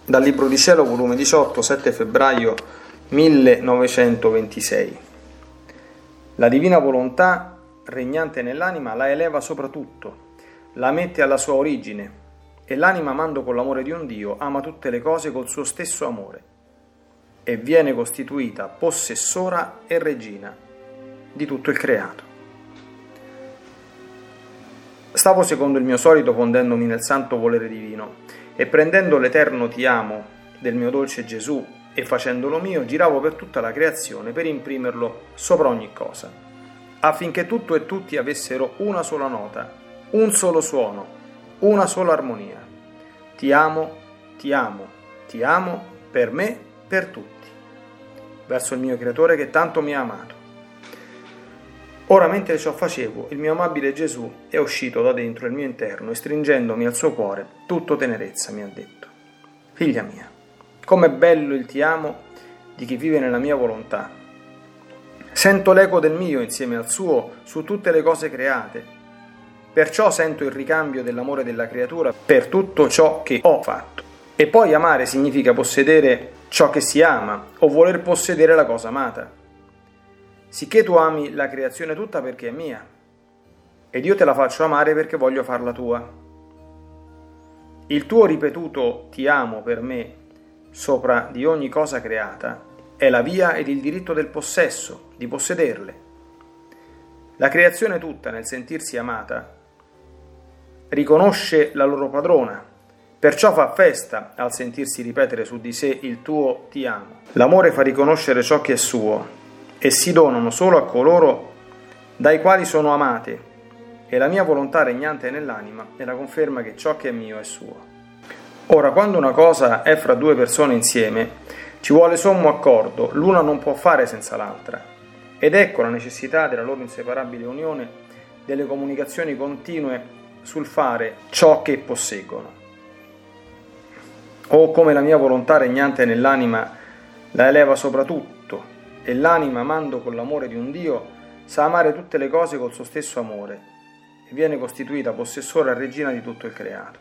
Dal Libro di Cielo, volume 18, 7 febbraio 1926. La divina volontà, regnante nell'anima, la eleva sopra tutto, la mette alla sua origine, e l'anima, amando con l'amore di un Dio, ama tutte le cose col suo stesso amore, e viene costituita possessora e regina di tutto il creato. Stavo secondo il mio solito fondendomi nel santo volere divino, e prendendo l'eterno ti amo del mio dolce Gesù e facendolo mio, giravo per tutta la creazione per imprimerlo sopra ogni cosa, affinché tutto e tutti avessero una sola nota, un solo suono, una sola armonia. Ti amo, ti amo, ti amo per me, per tutti, verso il mio Creatore che tanto mi ha amato. Ora, mentre ciò facevo, il mio amabile Gesù è uscito da dentro il mio interno e stringendomi al suo cuore, tutto tenerezza mi ha detto: figlia mia, com'è bello il ti amo di chi vive nella mia volontà. Sento l'eco del mio insieme al suo su tutte le cose create, perciò sento il ricambio dell'amore della creatura per tutto ciò che ho fatto. E poi amare significa possedere ciò che si ama o voler possedere la cosa amata. Sicché tu ami la creazione tutta perché è mia, ed io te la faccio amare perché voglio farla tua. Il tuo ripetuto ti amo per me sopra di ogni cosa creata è la via ed il diritto del possesso, di possederle. La creazione tutta, nel sentirsi amata, riconosce la loro padrona, perciò fa festa al sentirsi ripetere su di sé il tuo ti amo. L'amore fa riconoscere ciò che è suo, e si donano solo a coloro dai quali sono amate, e la mia volontà regnante nell'anima è la conferma che ciò che è mio è suo. Ora, quando una cosa è fra due persone insieme, ci vuole sommo accordo, l'una non può fare senza l'altra, ed ecco la necessità della loro inseparabile unione, delle comunicazioni continue sul fare ciò che posseggono. O come la mia volontà regnante nell'anima la eleva sopra tutto, e l'anima, amando con l'amore di un Dio, sa amare tutte le cose col suo stesso amore e viene costituita possessora e regina di tutto il creato.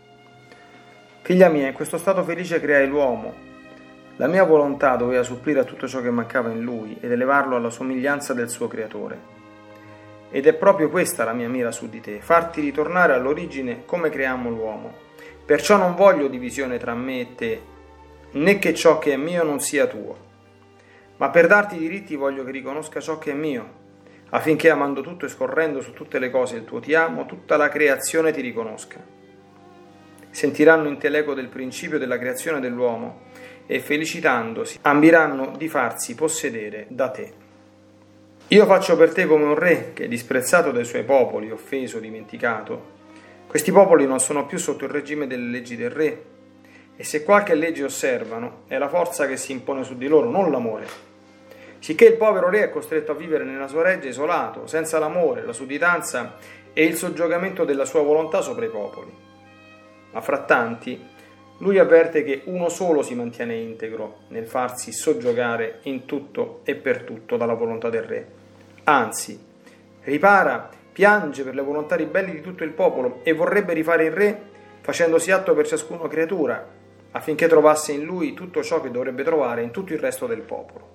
Figlia mia, in questo stato felice creai l'uomo. La mia volontà doveva supplire a tutto ciò che mancava in lui ed elevarlo alla somiglianza del suo creatore. Ed è proprio questa la mia mira su di te, farti ritornare all'origine come creammo l'uomo. Perciò non voglio divisione tra me e te, né che ciò che è mio non sia tuo. Ma per darti i diritti voglio che riconosca ciò che è mio, affinché amando tutto e scorrendo su tutte le cose il tuo ti amo, tutta la creazione ti riconosca. Sentiranno in te l'eco del principio della creazione dell'uomo e felicitandosi ambiranno di farsi possedere da te. Io faccio per te come un re che, disprezzato dai suoi popoli, offeso, dimenticato. Questi popoli non sono più sotto il regime delle leggi del re, e se qualche legge osservano è la forza che si impone su di loro, non l'amore. Sicché il povero re è costretto a vivere nella sua reggia isolato, senza l'amore, la sudditanza e il soggiogamento della sua volontà sopra i popoli. Ma frattanti, lui avverte che uno solo si mantiene integro nel farsi soggiogare in tutto e per tutto dalla volontà del re. Anzi, ripara, piange per le volontà ribelli di tutto il popolo e vorrebbe rifare il re facendosi atto per ciascuna creatura, affinché trovasse in lui tutto ciò che dovrebbe trovare in tutto il resto del popolo.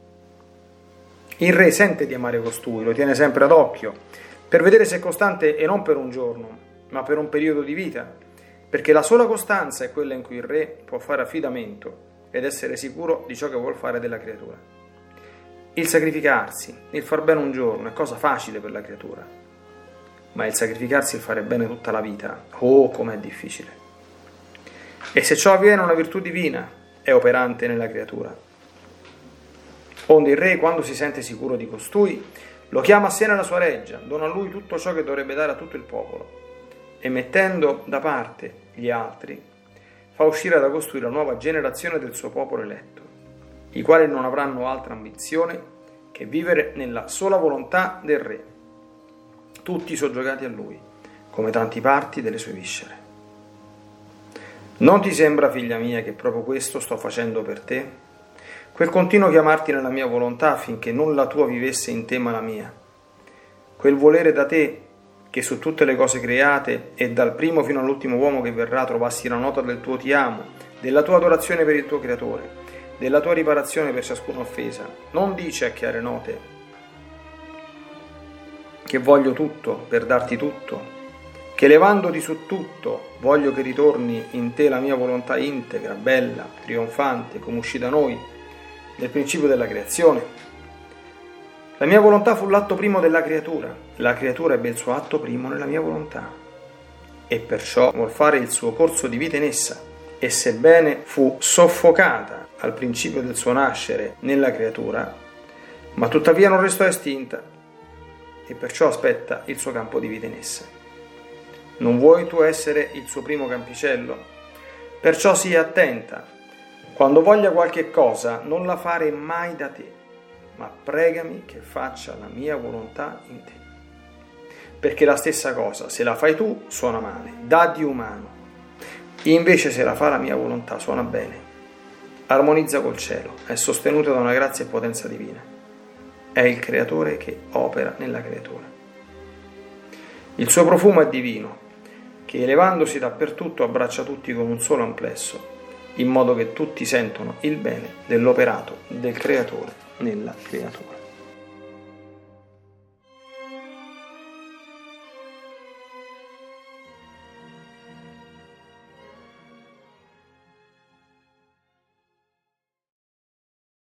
Il re sente di amare costui, lo tiene sempre ad occhio, per vedere se è costante e non per un giorno, ma per un periodo di vita, perché la sola costanza è quella in cui il re può fare affidamento ed essere sicuro di ciò che vuol fare della creatura. Il sacrificarsi, il far bene un giorno è cosa facile per la creatura, ma il sacrificarsi e il fare bene tutta la vita, oh, com'è difficile. E se ciò avviene, una virtù divina è operante nella creatura. Onde il re, quando si sente sicuro di costui, lo chiama a sé nella sua reggia, dona a lui tutto ciò che dovrebbe dare a tutto il popolo, e mettendo da parte gli altri, fa uscire da costui la nuova generazione del suo popolo eletto, i quali non avranno altra ambizione che vivere nella sola volontà del re, tutti soggiogati a lui, come tanti parti delle sue viscere. Non ti sembra, figlia mia, che proprio questo sto facendo per te? Quel continuo chiamarti nella mia volontà affinché non la tua vivesse in te ma la mia. Quel volere da te che su tutte le cose create e dal primo fino all'ultimo uomo che verrà trovassi la nota del tuo ti amo, della tua adorazione per il tuo creatore, della tua riparazione per ciascuna offesa. Non dice a chiare note che voglio tutto per darti tutto, che levandoti su tutto voglio che ritorni in te la mia volontà integra, bella, trionfante, come uscì da noi nel principio della creazione. La mia volontà fu l'atto primo della creatura, la creatura ebbe il suo atto primo nella mia volontà, e perciò vuol fare il suo corso di vita in essa, e sebbene fu soffocata al principio del suo nascere nella creatura, ma tuttavia non restò estinta, e perciò aspetta il suo campo di vita in essa. Non vuoi tu essere il suo primo campicello? Perciò sii attenta. Quando voglia qualche cosa, non la fare mai da te, ma pregami che faccia la mia volontà in te. Perché la stessa cosa, se la fai tu, suona male, dà di umano. Invece se la fa la mia volontà, suona bene. Armonizza col cielo, è sostenuta da una grazia e potenza divina. È il creatore che opera nella creatura. Il suo profumo è divino, che elevandosi dappertutto abbraccia tutti con un solo amplesso, in modo che tutti sentono il bene dell'operato del creatore nella creatura.